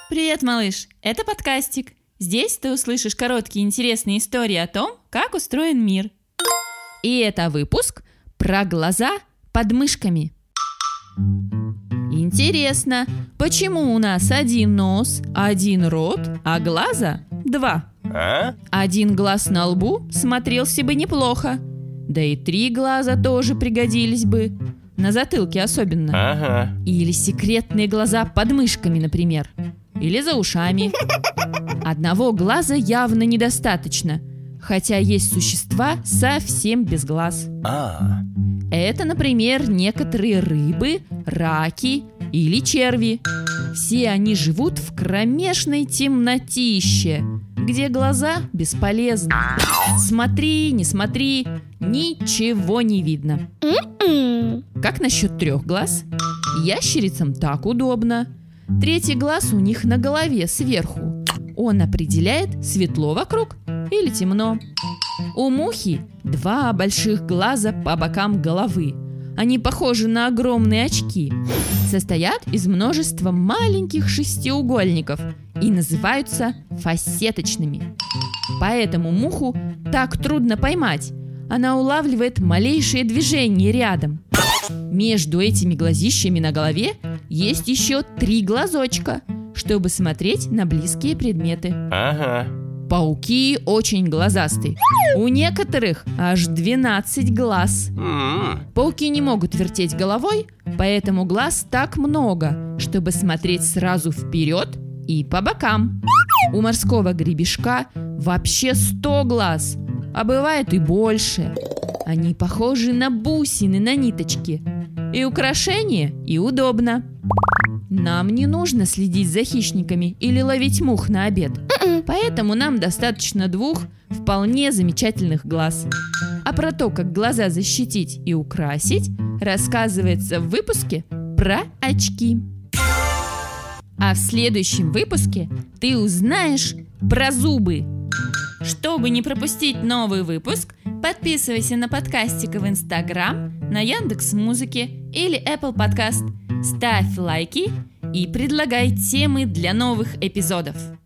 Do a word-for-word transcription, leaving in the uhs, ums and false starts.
Привет, малыш! Это подкастик. Здесь ты услышишь короткие интересные истории о том, как устроен мир. И это выпуск про глаза под мышками. Интересно, почему у нас один нос, один рот, а глаза два? А? Один глаз на лбу смотрелся бы неплохо. Да и три глаза тоже пригодились бы. На затылке особенно. Ага. Или секретные глаза под мышками, например. Или за ушами. Одного глаза явно недостаточно, хотя есть существа совсем без глаз. А. Это, например, некоторые рыбы, раки или черви. Все они живут в кромешной темнотище, где глаза бесполезны. Смотри, не смотри, ничего не видно. Как насчет трех глаз? Ящерицам так удобно. Третий глаз у них на голове сверху. Он определяет, светло вокруг или темно. У мухи два больших глаза по бокам головы. Они похожи на огромные очки. Состоят из множества маленьких шестиугольников и называются фасеточными. Поэтому муху так трудно поймать. Она улавливает малейшие движения рядом. Между этими глазищами на голове есть еще три глазочка, чтобы смотреть на близкие предметы. Ага. Пауки очень глазастые. У некоторых аж двенадцать глаз. М. Пауки не могут вертеть головой, поэтому глаз так много, чтобы смотреть сразу вперед и по бокам. У морского гребешка вообще сто глаз, а бывает и больше. Они похожи на бусины на ниточке. И украшение, и удобно. Нам не нужно следить за хищниками или ловить мух на обед. Поэтому нам достаточно двух вполне замечательных глаз. А про то, как глаза защитить и украсить, рассказывается в выпуске про очки. А в следующем выпуске ты узнаешь про зубы. Чтобы не пропустить новый выпуск, подписывайся на подкастик в Инстаграм, на Яндекс.Музыке или Apple Podcast. Ставь лайки и предлагай темы для новых эпизодов.